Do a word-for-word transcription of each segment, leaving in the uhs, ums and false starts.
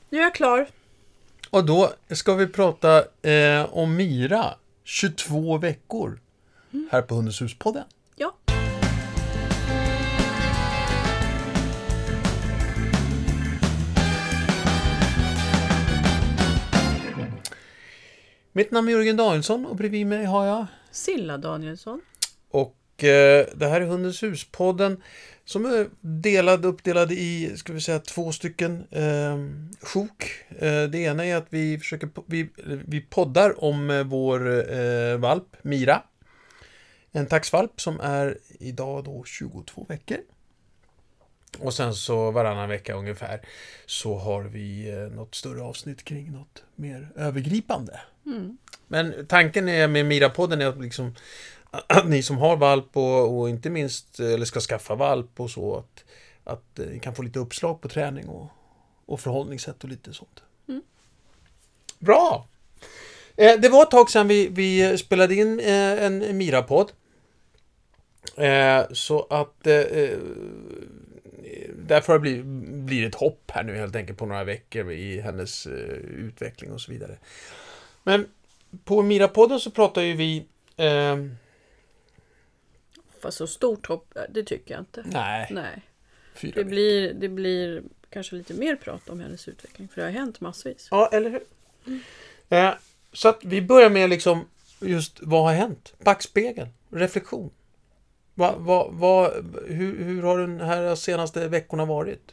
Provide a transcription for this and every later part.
Nu är jag klar. Och då ska vi prata eh, om Mira. tjugotvå veckor. Mm. Här på Hundens hus-podden. Ja. Mitt namn är Jörgen Danielsson och bredvid mig har jag Silla Danielsson. Och eh, det här är Hundens hus-podden som är delad, uppdelad i, ska vi säga, två stycken eh, sjok. Eh, det ena är att vi försöker, vi, vi poddar om eh, vår eh, valp Mira. En taxvalp som är idag då tjugotvå veckor. Och sen så varannan vecka ungefär så har vi eh, något större avsnitt kring något mer övergripande. Mm. Men tanken är med Mira-podden är att liksom att ni som har valp och, och inte minst eller ska skaffa valp och så att, att ni kan få lite uppslag på träning och, och förhållningssätt och lite sånt. Mm. Bra! Eh, det var ett tag sedan vi, vi spelade in eh, en Mira-podd. Eh, så att eh, därför blir, blir det ett hopp här nu helt enkelt på några veckor i hennes eh, utveckling och så vidare. Men på Mira-podden så pratar ju vi eh, Fast så stort hopp, det tycker jag inte. Nej. Nej. Det blir, det blir kanske lite mer prat om hennes utveckling. För det har hänt massvis. Ja, eller hur? Mm. Eh, så att vi börjar med liksom just vad har hänt? Backspegel, reflektion. Va, va, va, hur, hur har den här senaste veckorna varit?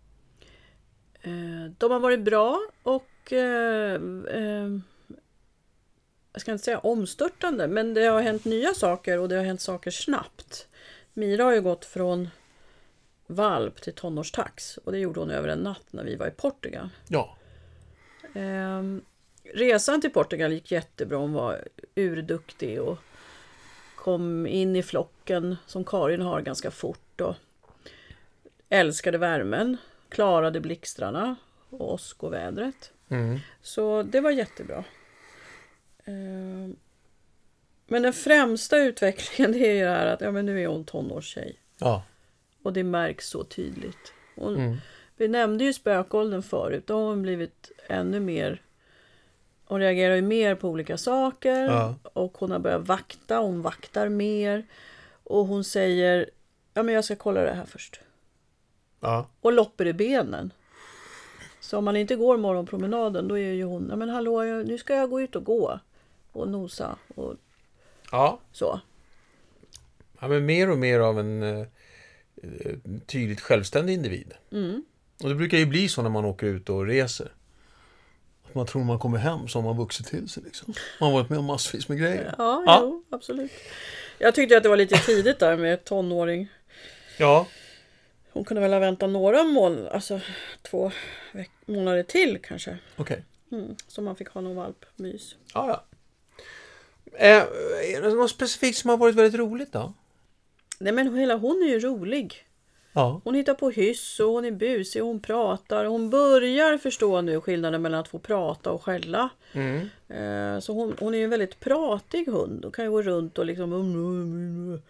Eh, de har varit bra och eh, eh, jag ska inte säga omstörtande, men det har hänt nya saker och det har hänt saker snabbt. Mira har ju gått från valp till tonårstax och det gjorde hon över en natt när vi var i Portugal. Ja. Eh, resan till Portugal gick jättebra, hon var urduktig och kom in i flocken som Karin har ganska fort och älskade värmen, klarade blixtrarna och åskovädret. Mm. Så det var jättebra. Men den främsta utvecklingen det är ju det här att ja, men nu är hon tonårstjej. Ja. Och det märks så tydligt. Hon, mm. Vi nämnde ju spökåldern förut. Då har hon blivit ännu mer. Hon reagerar ju mer på olika saker. Ja. Och hon har börjat vakta. Hon vaktar mer. Och hon säger ja men jag ska kolla det här först. Ja. Och loppar i benen. Så om man inte går morgonpromenaden då är ju hon ja men hallå nu ska jag gå ut och gå. Och nosa och ja. Så. Ja, men mer och mer av en eh, tydligt självständig individ. Mm. Och det brukar ju bli så när man åker ut och reser. Att man tror man kommer hem så har man vuxit till sig liksom. Man har varit med om massvis med grejer. Ja, ja. Jo, absolut. Jag tyckte att det var lite tidigt där med tonåring. Ja. Hon kunde väl ha väntat några månader, alltså två veck- månader till kanske. Okej. Okay. Mm, så man fick ha någon valpmys. Ja, ja. Eh, är det något specifikt som har varit väldigt roligt då? Nej men hela hon är ju rolig. Ja. Hon hittar på hyss och hon är busig och hon pratar. Hon börjar förstå nu skillnaden mellan att få prata och skälla. Mm. Eh, så hon, hon är ju en väldigt pratig hund och kan ju gå runt och liksom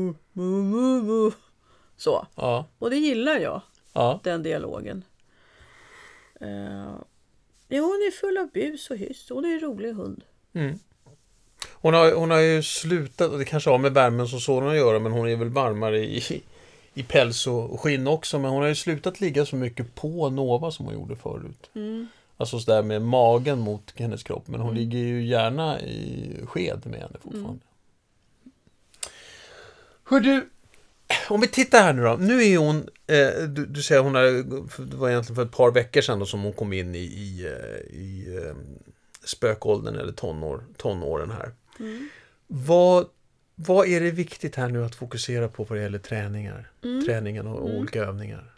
så. Ja. Och det gillar jag. Ja. Den dialogen. Eh, ja, hon är full av bus och hyss. Hon är en rolig hund. Mm. Hon har, hon har ju slutat, och det kanske har med värmen som sådan att göra, men hon är väl varmare i, i päls och skinn också, men hon har ju slutat ligga så mycket på Nova som hon gjorde förut. Mm. Alltså sådär med magen mot hennes kropp, men hon mm. ligger ju gärna i sked med henne fortfarande. Mm. Hör du, om vi tittar här nu då, nu är hon, eh, du, du säger hon är, det var egentligen för ett par veckor sedan då som hon kom in i, i, i eh, spökåldern eller tonår, tonåren här. Mm. Vad, vad är det viktigt här nu att fokusera på vad det gäller träningar, mm. träningen och, och mm. olika övningar?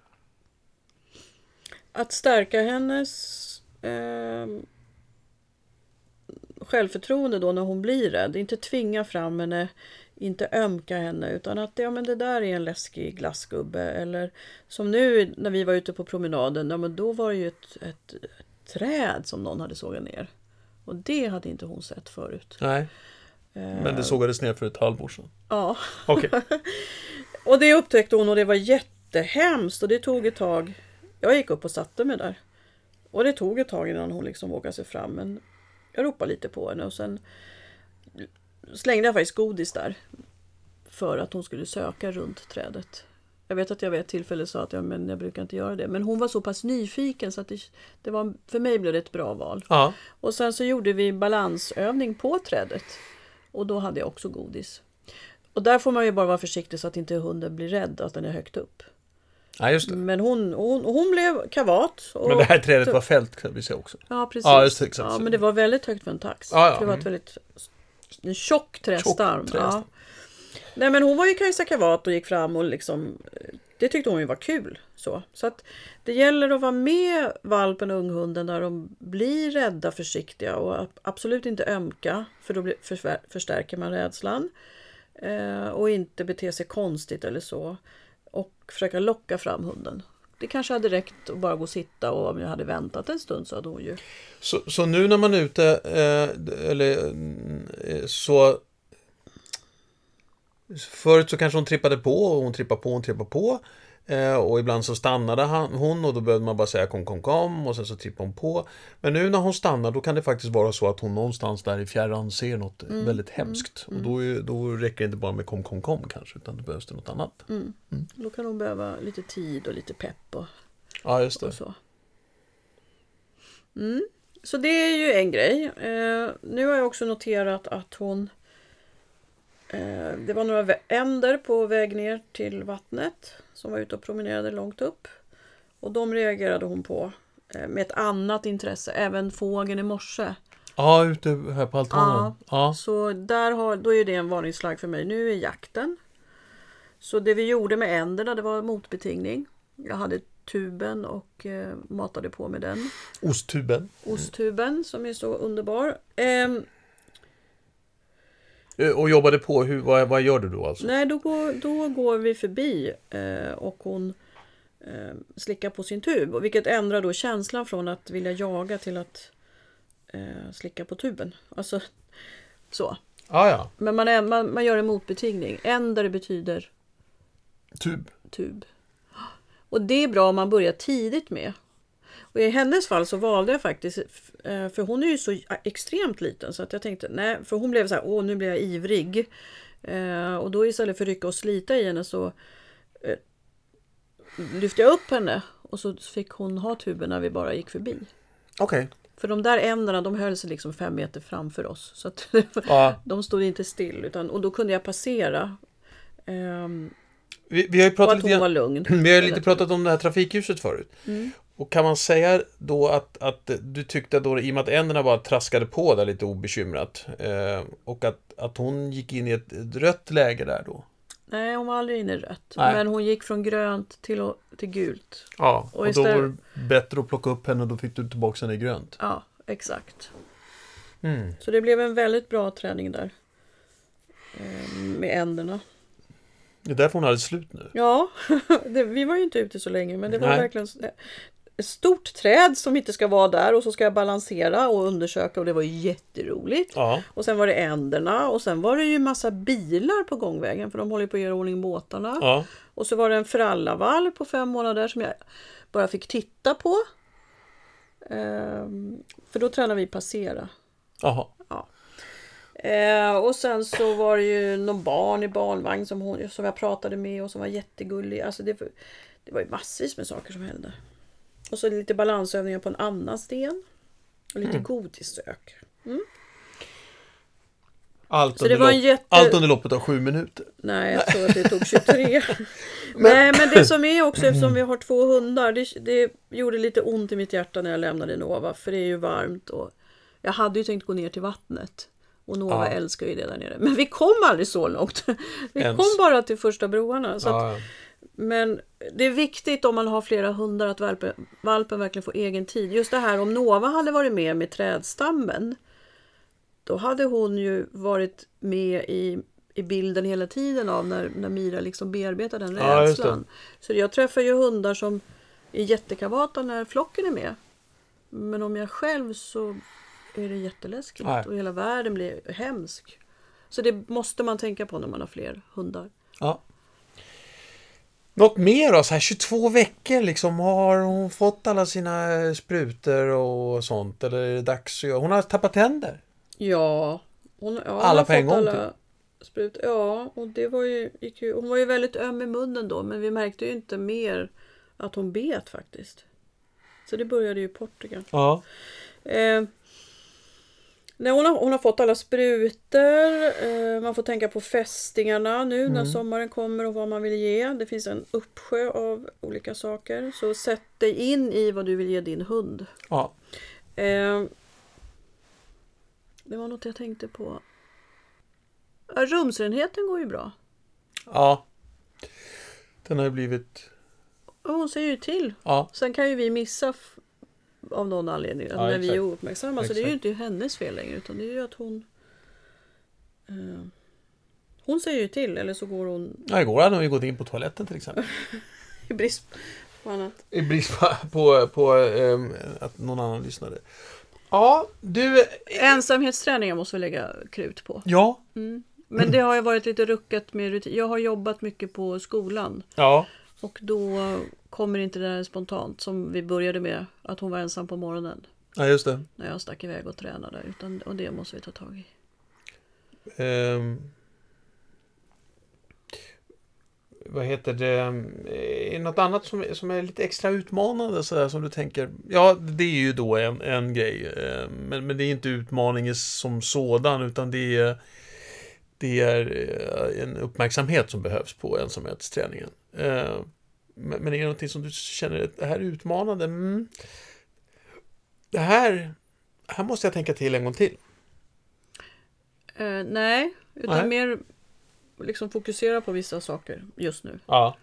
Att stärka hennes eh, självförtroende då när hon blir rädd. Inte tvinga fram henne, inte ömka henne, utan att ja, men det där är en läskig glassgubbe. Eller som nu när vi var ute på promenaden, ja, men då var det ju ett, ett, ett träd som någon hade sågat ner. Och det hade inte hon sett förut. Nej, men det sågades ner för ett halvår sedan. Ja. Okej. Okay. Och det upptäckte hon och det var jättehemskt och det tog ett tag. Jag gick upp och satte mig där. och det tog ett tag innan hon liksom vågade sig fram. Men jag ropade lite på henne och sen slängde jag faktiskt godis där. För att hon skulle söka runt trädet. Jag vet att jag vid ett tillfälle sa att jag, men jag brukar inte göra det. Men hon var så pass nyfiken så att det, det var, för mig blev det ett bra val. Ja. Och sen så gjorde vi balansövning på trädet. Och då hade jag också godis. Och där får man ju bara vara försiktig så att inte hunden blir rädd att den är högt upp. Ja, just det. Men hon, hon, hon blev kavat. Och men det här trädet var fält kan vi se också. Ja, precis. Ja, just det, exakt. Ja, men det var väldigt högt för en tax. Ja, ja. Det var ett väldigt en tjock trädstam. Tjock trädstam. Ja. Nej, men hon var ju Kajsa kavat och gick fram och liksom, det tyckte hon ju var kul. Så, så att det gäller att vara med valpen och unghunden där de blir rädda, försiktiga och absolut inte ömka, för då blir, för, förstärker man rädslan. Eh, och inte bete sig konstigt eller så. Och försöka locka fram hunden. Det kanske hade räckt att bara gå och sitta, och om jag hade väntat en stund så hade hon ju... Så, så nu när man är ute, eh, eller eh, så... Förut så kanske hon trippade på, och hon trippade på, hon trippade på. Eh, och ibland så stannade han, hon, och då behövde man bara säga kom, kom, kom, och sen så trippade hon på. Men nu när hon stannar, då kan det faktiskt vara så att hon någonstans där i fjärran ser något mm, väldigt hemskt. Mm, och då, är, då räcker det inte bara med kom, kom, kom kanske, utan det behövs det något annat. Mm. Mm. Då kan hon behöva lite tid och lite pepp och, ja, just det. Och så. Mm. Så det är ju en grej. Eh, nu har jag också noterat att hon... Eh, det var några änder på väg ner till vattnet som var ute och promenerade långt upp. Och de reagerade hon på eh, med ett annat intresse. Även fågeln i morse. Ja, ute här på altanen. Ja, ja. Så där har, då är det en varningsflagg för mig. Nu är jakten. Så det vi gjorde med änderna, det var motbetingning. Jag hade tuben och eh, matade på med den. Osttuben. Osttuben som är så underbar. Eh, Och jobbade på, hur, vad, vad gör du då alltså? Nej, då går, då går vi förbi eh, och hon eh, slickar på sin tub. Och vilket ändrar då känslan från att vilja jaga till att eh, slicka på tuben. Alltså så. Ah, ja. Men man, är, man, man gör en motbetingning. Ändare betyder tub. tub. Och det är bra om man börjar tidigt med. Och i hennes fall så valde jag faktiskt, för hon är ju så extremt liten så att jag tänkte, nej, för hon blev så här, åh nu blir jag ivrig. Eh, och då istället för att rycka och slita i henne så eh, lyfte jag upp henne och så fick hon ha tuben när vi bara gick förbi. Okej. Okay. För de där ändarna, de höll sig liksom fem meter framför oss. Så att ja. De stod inte still, utan, och då kunde jag passera. Eh, vi, vi har ju pratat och att hon lite, var lugn. Vi har lite pratat om det här trafikljuset förut. Mm. Och kan man säga då att, att du tyckte då, i och med att änderna bara traskade på där lite obekymrat, eh, och att, att hon gick in i ett, ett rött läge där då? Nej, hon var aldrig inne i rött. Nej. Men hon gick från grönt till, till gult. Ja, och, och istället... då var det bättre att plocka upp henne och då fick du tillbaka henne i grönt. Ja, exakt. Mm. Så det blev en väldigt bra träning där. Eh, med änderna. Det är därför hon hade slut nu. Ja, det, vi var ju inte ute så länge, men det var Nej. verkligen ett stort träd som inte ska vara där, och så ska jag balansera och undersöka, och det var jätteroligt. Ja. Och sen var det änderna, och sen var det ju massa bilar på gångvägen, för de håller på att göra ordning båtarna. Ja. Och så var det en frallavall på fem månader som jag bara fick titta på. Ehm, för då tränar vi passera. Jaha. Ja. Eh, och sen så var det ju någon barn i barnvagn som, hon, som jag pratade med och som var jättegullig. Alltså det, det var ju massvis med saker som hände. Och så lite balansövningar på en annan sten. Och lite mm. godissök. Mm. Allt, så under det var lopp, en jätte... allt under loppet av sju minuter. Nej, jag tror att det tog tjugotre. men... Nej, men det som är också, eftersom vi har två hundar, det, det gjorde lite ont i mitt hjärta när jag lämnade Nova. För det är ju varmt och jag hade ju tänkt gå ner till vattnet. Och Nova ja. älskar ju det där nere. Men vi kom aldrig så långt. Vi Ens. kom bara till första broarna. Så ja. att, men det är viktigt om man har flera hundar att valpen, valpen verkligen får egen tid. Just det här, om Nova hade varit med med trädstammen, då hade hon ju varit med i, i bilden hela tiden av när, när Mira liksom bearbetar den rädslan. Ja, så jag träffar ju hundar som är jättekavata när flocken är med. Men om jag själv så är det jätteläskigt. Nej. Och hela världen blir hemsk. Så det måste man tänka på när man har fler hundar. Ja. Något mer då? Så här tjugotvå veckor liksom. Har hon fått alla sina sprutor och sånt? Eller är det dags att göra? Hon har tappat tänder. Ja. Hon, ja, Alla hon på en fått gång, alla sprut. Ja, och det var ju, gick ju... Hon var ju väldigt öm i munnen då. Men vi märkte ju inte mer att hon bet faktiskt. Så det började ju i Portugal. Ja. Eh, nej, hon, har, hon har fått alla sprutor. Eh, man får tänka på fästingarna nu när Mm. sommaren kommer och vad man vill ge. Det finns en uppsjö av olika saker. Så sätt dig in i vad du vill ge din hund. Ja. Eh, det var något jag tänkte på. Ja, rumsrenheten går ju bra. Ja. Den har ju blivit... Och hon säger ju till. Ja. Sen kan ju vi missa f- av någon anledning Ja, när exakt. vi är ouppmärksamma. Så det är ju Exakt. inte hennes fel längre utan det är ju att hon eh, hon säger ju till eller så går hon Ja, igår hade hon ju gått in på toaletten till exempel. i brist på annat. I brist på, på, på ähm, att någon annan lyssnade. Ja, du... Ensamhetsträningar måste vi lägga krut på. Ja. Mm. Men det har ju varit lite ruckat med rutin. Jag har jobbat mycket på skolan. Ja. Och då kommer inte det där spontant som vi började med. Att hon var ensam på morgonen. Ja, just det. När jag stack iväg och tränade. Utan, och det måste vi ta tag i. Ehm, vad heter det? Är det något annat som, som är lite extra utmanande så där, som du tänker? Ja, det är ju då en, en grej. Ehm, men, men det är inte utmaningen som sådan utan det är, det är en uppmärksamhet som behövs på ensamhetsträningen. Ehm, men, men är det någonting som du känner att det här är utmanande? Mm. Det här, här måste jag tänka till en gång till. Eh, nej, utan Nej. mer liksom fokusera på vissa saker just nu. Ja.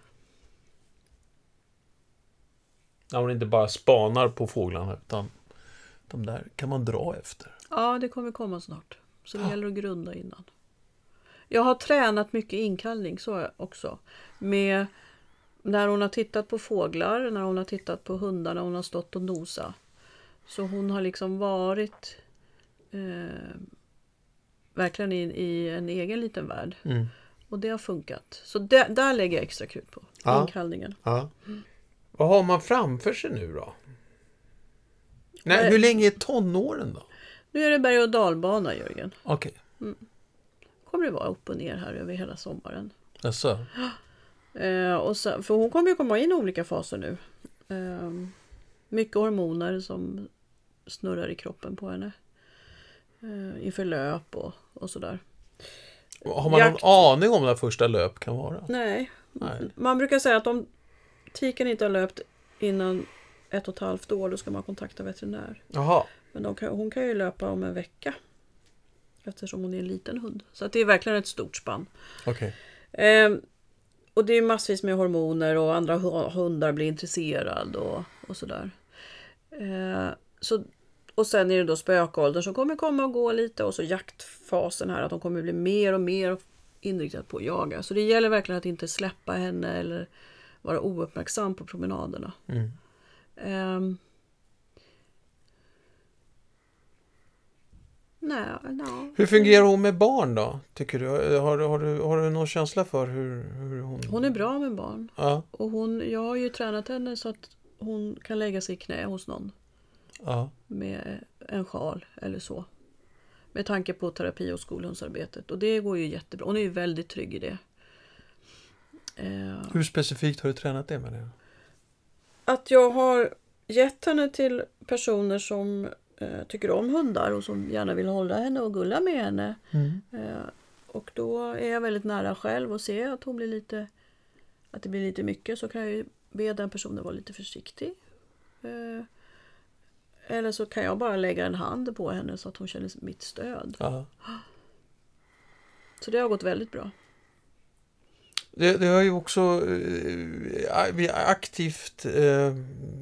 När hon inte bara spanar på fåglarna utan de där kan man dra efter. Ja, det kommer komma snart. Så det Ja. gäller att grunda innan. Jag har tränat mycket inkallning så också. Med när hon har tittat på fåglar, när hon har tittat på hundar, när hon har stått och nosat. Så hon har liksom varit eh, verkligen i, i en egen liten värld. Mm. Och det har funkat. Så det, där lägger jag extra krut på. Ja. Inkallningen. Ja. Vad har man framför sig nu då? Nej, Nej. hur länge är tonåren då? Nu är det berg- och dalbana, Jörgen. Okej. Kommer det vara upp och ner här över hela sommaren. Alltså. Eh, och sen, för hon kommer ju komma in i olika faser nu. Eh, mycket hormoner som snurrar i kroppen på henne. Eh, inför löp och, och sådär. Har man Jakt. någon aning om när första löp kan vara? Nej. Nej. Man brukar säga att om tiken inte har löpt innan ett och ett halvt år, då ska man kontakta veterinär. Jaha. Men de kan, hon kan ju löpa om en vecka. Eftersom hon är en liten hund. Så att det är verkligen ett stort spann. Okej. Eh, och det är massvis med hormoner och andra hu- hundar blir intresserade och, och sådär. Eh, så, och sen är det då spökåldern som kommer komma och gå lite och så jaktfasen här att de kommer bli mer och mer inriktad på att jaga. Så det gäller verkligen att inte släppa henne eller vara ouppmärksam på promenaderna. Mm. Eh, nej, nej. Hur fungerar hon med barn då? Tycker du? Har, du- har, du, har du någon känsla för hur, hur hon... Hon är bra med barn. Ja. Och hon, jag har ju tränat henne så att hon kan lägga sig i knä hos någon Ja. med en sjal eller så. Med tanke på terapi och skolhundsarbetet. Och det går ju jättebra. Hon är ju väldigt trygg i det. Eh, Hur specifikt har du tränat det med det? att jag har gett henne till personer som eh, tycker om hundar och som gärna vill hålla henne och gulla med henne. Mm. Eh, och då är jag väldigt nära själv och ser att hon blir lite, att det blir lite mycket, så kan jag ju be den personen vara lite försiktig. Eh, eller så kan jag bara lägga en hand på henne så att hon känner mitt stöd. Ja. Så det har gått väldigt bra. Det, det har ju också eh, vi är aktivt eh,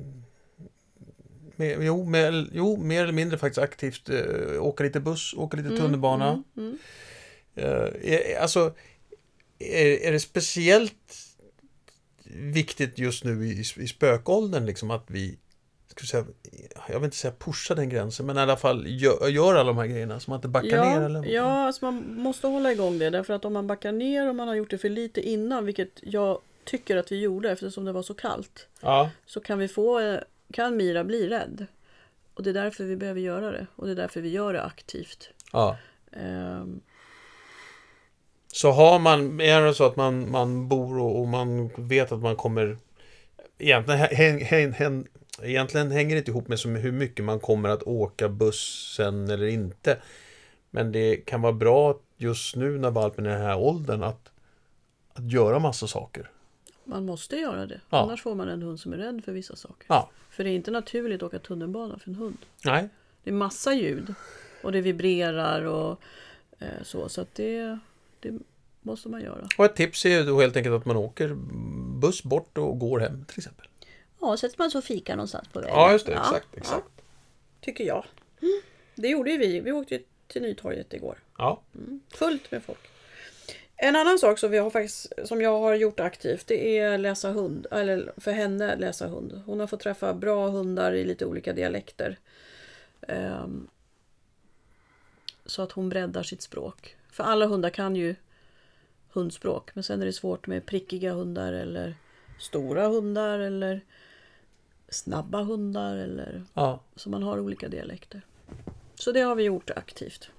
med, jo, med, jo, mer eller mindre faktiskt aktivt eh, åka lite buss, åka lite tunnelbana. Mm, mm, mm. Eh, är, alltså, är, är det speciellt viktigt just nu i, i spökåldern liksom att vi, ska säga, jag vill inte säga pusha den gränsen, men i alla fall gör, gör alla de här grejerna så man inte backar Ja, ner? Eller? ja alltså man måste hålla igång det. Därför att om man backar ner och man har gjort det för lite innan, vilket jag tycker att vi gjorde eftersom det var så kallt. Ja. Så kan vi få, kan Mira bli rädd. Och det är därför vi behöver göra det. Och det är därför vi gör det aktivt. Ja. Um, Så har man, är det så att man, man bor och, och man vet att man kommer... Egentligen, häng, häng, häng, egentligen hänger det inte ihop med så hur mycket man kommer att åka bussen eller inte. Men det kan vara bra just nu när valpen är i den här åldern att, att göra massa saker. Man måste göra det. Ja. Annars får man en hund som är rädd för vissa saker. Ja. För det är inte naturligt att åka tunnelbana för en hund. Nej. Det är massa ljud. Och det vibrerar och eh, så. Så att det, det måste man göra. Och ett tips är då helt enkelt att man åker buss bort och går hem till exempel. Ja, sätter man så fika någonstans på vägen. Ja, just det. Ja, Exakt. exakt. Ja, tycker jag. Mm. Det gjorde ju vi. Vi åkte ju till Nytorget igår. Ja. Mm. Fullt med folk. En annan sak som, vi har faktiskt, som jag har gjort aktivt, det är läsa hund. Eller för henne läsa hund. Hon har fått träffa bra hundar i lite olika dialekter. Um, så att hon breddar sitt språk. För alla hundar kan ju hundspråk. Men sen är det svårt med prickiga hundar eller stora hundar eller snabba hundar. Eller, Ja. så man har olika dialekter. Så det har vi gjort aktivt.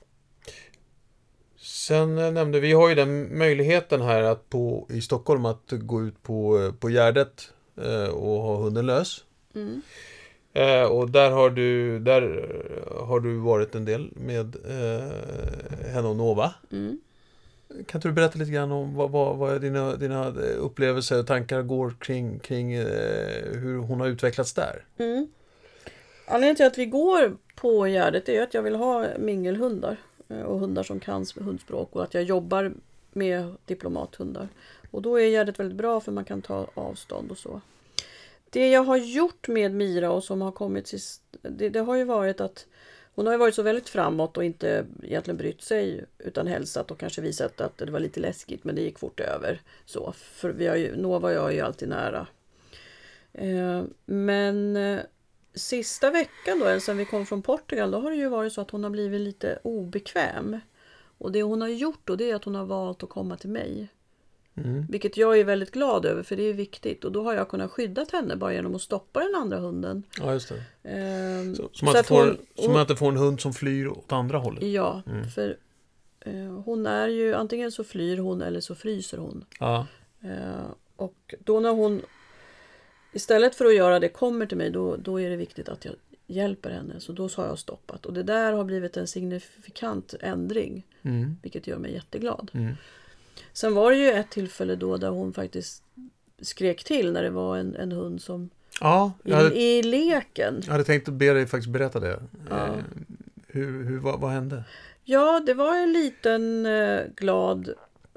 Sen nämnde vi har ju den möjligheten här att på, i Stockholm att gå ut på, på Gärdet eh, och ha hunden lös. Mm. Eh, och där har du där har du varit en del med eh, henne och Nova. Mm. Kan du berätta lite grann om vad, vad, vad dina, dina upplevelser och tankar går kring, kring eh, hur hon har utvecklats där? Mm. Anledningen till att vi går på Gärdet är att jag vill ha mingelhundar och hundar som kan hundspråk och att jag jobbar med diplomathundar. Och då är Gärdet väldigt bra för man kan ta avstånd och så. Det jag har gjort med Mira och som har kommit sist, det, det har ju varit att hon har ju varit så väldigt framåt och inte egentligen brytt sig utan hälsat och kanske visat att det var lite läskigt men det gick fort över. Så, för vi har ju, Nova och jag är ju alltid nära. Eh, men eh, sista veckan då, sen vi kom från Portugal, då har det ju varit så att hon har blivit lite obekväm. Och det hon har gjort då, det är att hon har valt att komma till mig. Mm. Vilket jag är väldigt glad över för det är viktigt. Och då har jag kunnat skydda henne bara genom att stoppa den andra hunden. Ja, just det. Ehm, så så man, inte får, hon, så man inte får en hund som flyr åt andra hållet. Ja, mm. för eh, hon är ju, antingen så flyr hon eller så fryser hon. Ja. Ehm, och då när hon istället för att göra det kommer till mig, då, då är det viktigt att jag hjälper henne. Så då har jag stoppat. Och det där har blivit en signifikant ändring. Mm. Vilket gör mig jätteglad. Mm. Sen var det ju ett tillfälle då där hon faktiskt skrek till när det var en, en hund som ja, jag hade, i, i leken. Jag hade tänkt att be dig faktiskt berätta det. Ja. Eh, hur, hur, vad, vad hände? Ja, det var en liten eh, glad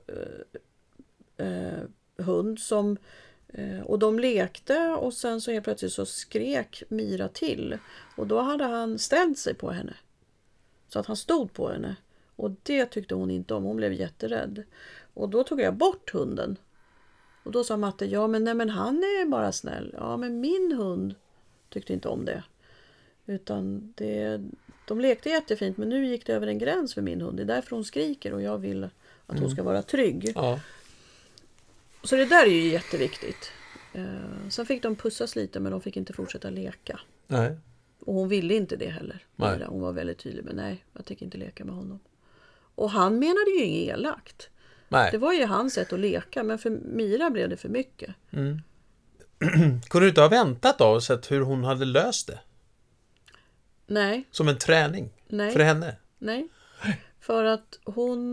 eh, eh, hund som eh, och de lekte och sen så helt plötsligt så skrek Mira till. Och då hade han ställt sig på henne. Så att han stod på henne. Och det tyckte hon inte om. Hon blev jätterädd. Och då tog jag bort hunden. Och då sa Matte, ja men, nej, men han är bara snäll. Ja men min hund tyckte inte om det. Utan det, de lekte jättefint men nu gick det över en gräns för min hund. Det är därför hon skriker och jag vill att hon ska vara trygg. Ja. Så det där är ju jätteviktigt. Uh, sen fick de pussas lite men de fick inte fortsätta leka. Nej. Och hon ville inte det heller. Nej. Hon var väldigt tydlig med nej, jag tänker inte leka med honom. Och han menade ju inget elakt. Nej. Det var ju hans sätt att leka, men för Mira blev det för mycket. Mm. Kunde du inte ha väntat då och sett hur hon hade löst det? Nej. Som en träning Nej. för henne? Nej. För att hon...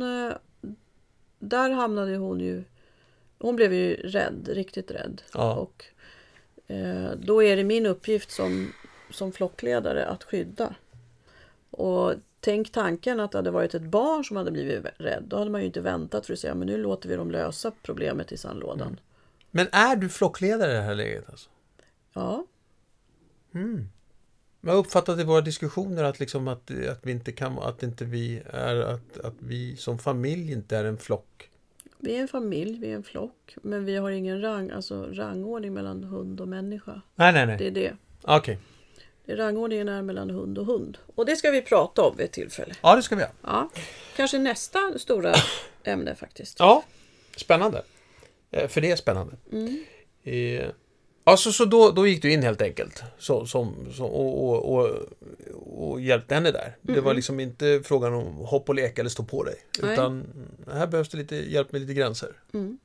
Där hamnade hon ju... Hon blev ju rädd, riktigt rädd. Ja. Och eh, då är det min uppgift som, som flockledare att skydda. Och tänk tanken att det hade varit ett barn som hade blivit rädd. Då hade man ju inte väntat för att säga men nu låter vi dem lösa problemet i sandlådan. Mm. Men är du flockledare i det här läget alltså? Ja. Mm. Jag har uppfattat i våra diskussioner att, liksom att, att vi inte kan, att inte vi är, att, att vi som familj inte är en flock. Vi är en familj, vi är en flock. Men vi har ingen rang, alltså rangordning mellan hund och människa. Nej, nej, nej. Det är det. Okej. Okay. Rangordningen är mellan hund och hund. Och det ska vi prata om vid ett tillfälle. Ja, det ska vi göra. Ja. Kanske nästa stora ämne faktiskt. Ja, spännande. Eh, för det är spännande. Mm. Eh, alltså, så då, då gick du in helt enkelt så, som, så, och, och, och, och hjälpte henne där. Mm. Det var liksom inte frågan om hopp och leka eller stå på dig. Nej. Utan här behövs det lite hjälp med lite gränser. Mm.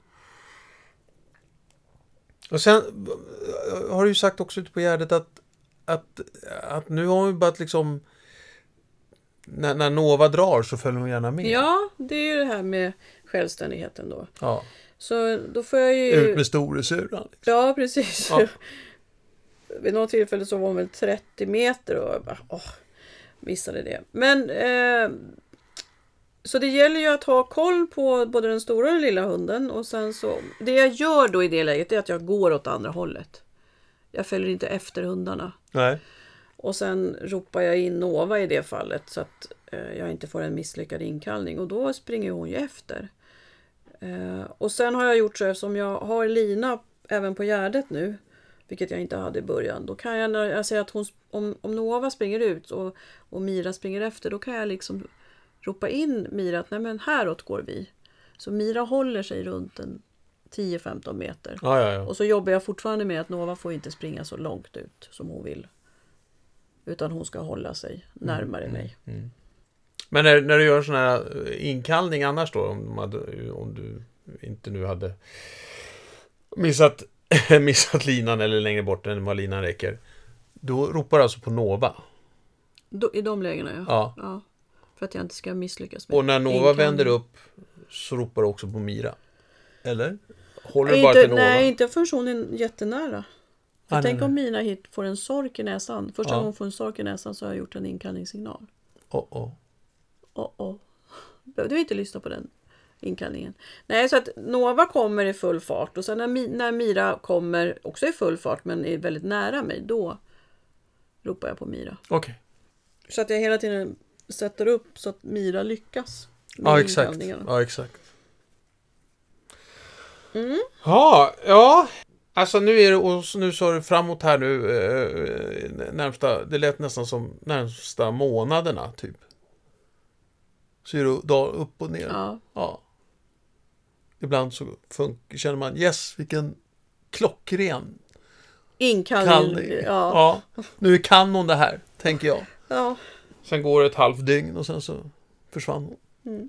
Och sen har du ju sagt också ute på Gärdet att, att, att nu har vi bara liksom när, när Nova drar så följer hon gärna med. Ja, det är ju det här med självständigheten då. Ja. Så då får jag ju... Ut med storesuran. Liksom. Ja, precis. Ja. Vid något tillfälle så var hon väl trettio meter och jag bara, åh, missade det. Men, eh, så det gäller ju att ha koll på både den stora och den lilla hunden. Och sen så, det jag gör då i det läget är att jag går åt andra hållet. Jag följer inte efter hundarna. Nej. Och sen ropar jag in Nova i det fallet så att eh, jag inte får en misslyckad inkallning. Och då springer hon ju efter. Eh, och sen har jag gjort så eftersom jag har lina även på Gärdet nu. Vilket jag inte hade i början. Då kan jag, när jag säger att hon, om, om Nova springer ut och, och Mira springer efter. Då kan jag liksom ropa in Mira att nej men häråt går vi. Så Mira håller sig runt en tio femton meter. Ja, ja, ja. Och så jobbar jag fortfarande med att Nova får inte springa så långt ut som hon vill. Utan hon ska hålla sig närmare mm, mig. Mm, mm. Men när, när du gör sån här inkallning annars då, om, om du inte nu hade missat, missat linan eller längre bort än vad linan räcker, då ropar du alltså på Nova? Då, I de lägena, ja. Ja. ja. För att jag inte ska misslyckas med och när Nova inkallning. Vänder upp så ropar du också på Mira? Eller? Håller du nej, bara inte, till Nova? Nej, inte förrän hon är jättenära. För ah, tänk nej, om nej. Mina hit får en sork i näsan. Första ja. gången hon får en sork i näsan så har jag gjort en inkallningssignal. Oh, oh. Oh, oh. Behövde vi inte lyssna på den inkallningen. Nej, så att Nova kommer i full fart. Och sen när, Mi- när Mira kommer också i full fart men är väldigt nära mig, då ropar jag på Mira. Okej. Okay. Så att jag hela tiden sätter upp så att Mira lyckas. Ja, exakt. Ja, exakt. Mm. Ja, ja. Alltså nu är det, och nu så är det framåt här nu eh, närmsta, det lät nästan som närmsta månaderna typ. Så är det dag upp och ner. Ja. Ja. Ibland så fun- känner man, yes, vilken klockren inkallning. Ja. ja. Nu kan hon det här, tänker jag. Ja. Sen går det ett halvt dygn och sen så försvann hon. Mm.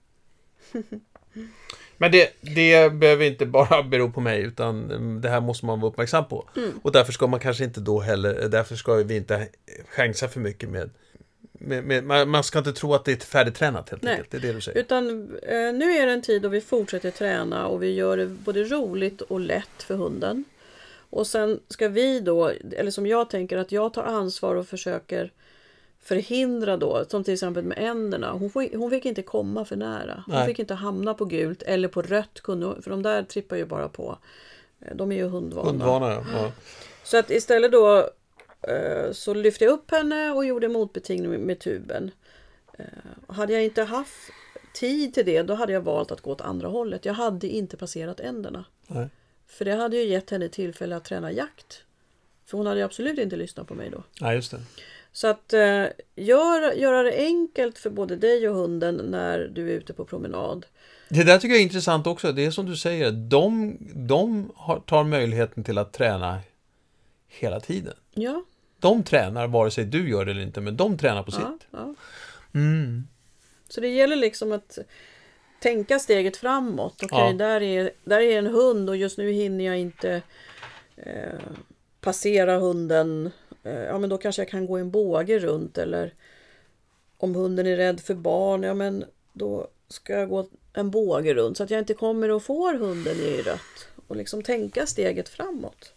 Men det, det behöver inte bara bero på mig, utan det här måste man vara uppmärksam på. Mm. Och därför ska man kanske inte då heller, därför ska vi inte chansa för mycket med, med, med man ska inte tro att det är färdigtränat helt Nej. enkelt, det är det du säger. Utan eh, nu är det en tid då vi fortsätter träna och vi gör det både roligt och lätt för hunden. Och sen ska vi då, eller som jag tänker att jag tar ansvar och försöker förhindra då, som till exempel med änderna. Hon, får, hon fick inte komma för nära. Hon Nej. fick inte hamna på gult eller på rött. För de där trippar ju bara på. De är ju hundvana. Hundvana, ja. ja. Så att istället då så lyfte jag upp henne och gjorde motbeting med, med tuben. Och hade jag inte haft tid till det, då hade jag valt att gå åt andra hållet. Jag hade inte passerat änderna. Nej. För det hade ju gett henne tillfälle att träna jakt. För hon hade ju absolut inte lyssnat på mig då. Nej, just det. Så att eh, gör, göra det enkelt för både dig och hunden när du är ute på promenad. Det där tycker jag är intressant också. Det är som du säger, de, de har, tar möjligheten till att träna hela tiden. Ja. De tränar, vare sig du gör det eller inte, men de tränar på ja, sitt. Ja. Mm. Så det gäller liksom att tänka steget framåt. Okej, ja. där, är, där är en hund och just nu hinner jag inte eh, passera hunden. Ja, men då kanske jag kan gå en båge runt, eller om hunden är rädd för barn, ja men då ska jag gå en båge runt så att jag inte kommer och får hunden i rött, och liksom tänka steget framåt.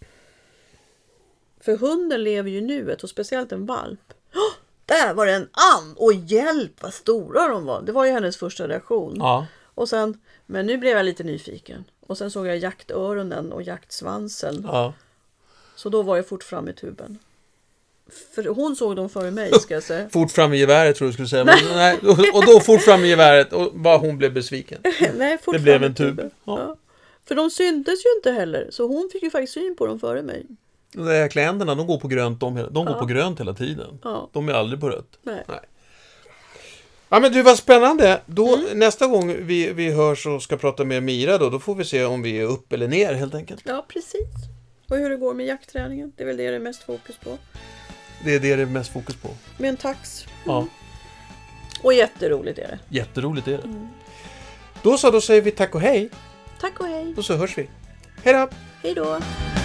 För hunden lever ju nuet, och speciellt en valp. Oh, där var det en and, och hjälp vad stora de var. Det var ju hennes första reaktion. Ja. Och sen, men nu blev jag lite nyfiken. Och sen såg jag jaktöronen och jaktsvansen. Ja. Så då var jag fort fram i tuben. För hon såg dem före mig, ska jag säga. Fort fram i geväret tror du skulle säga. Men, nej, och då fort fram i geväret, och bara hon blev besviken. Nej, fort det blev en tub. tub. Ja. Ja. För de syntes ju inte heller. Så hon fick ju faktiskt syn på dem före mig. De där jäkla änderna, de går på grönt, de, de går ja. på grönt hela tiden. Ja. De är aldrig på rött. Nej. Nej. Ja men du, vad spännande. Då, Mm. nästa gång vi, vi hörs och ska prata med Mira då, då får vi se om vi är upp eller ner helt enkelt. Ja, precis. Och hur det går med jaktträningen. Det är väl det det är mest fokus på. Det är det det är mest fokus på. Med en tax. Ja, Och jätteroligt är det. jätteroligt är det. Mm. Då så, då säger vi tack och hej. Tack och hej. Och så hörs vi. Hej då! Hej då.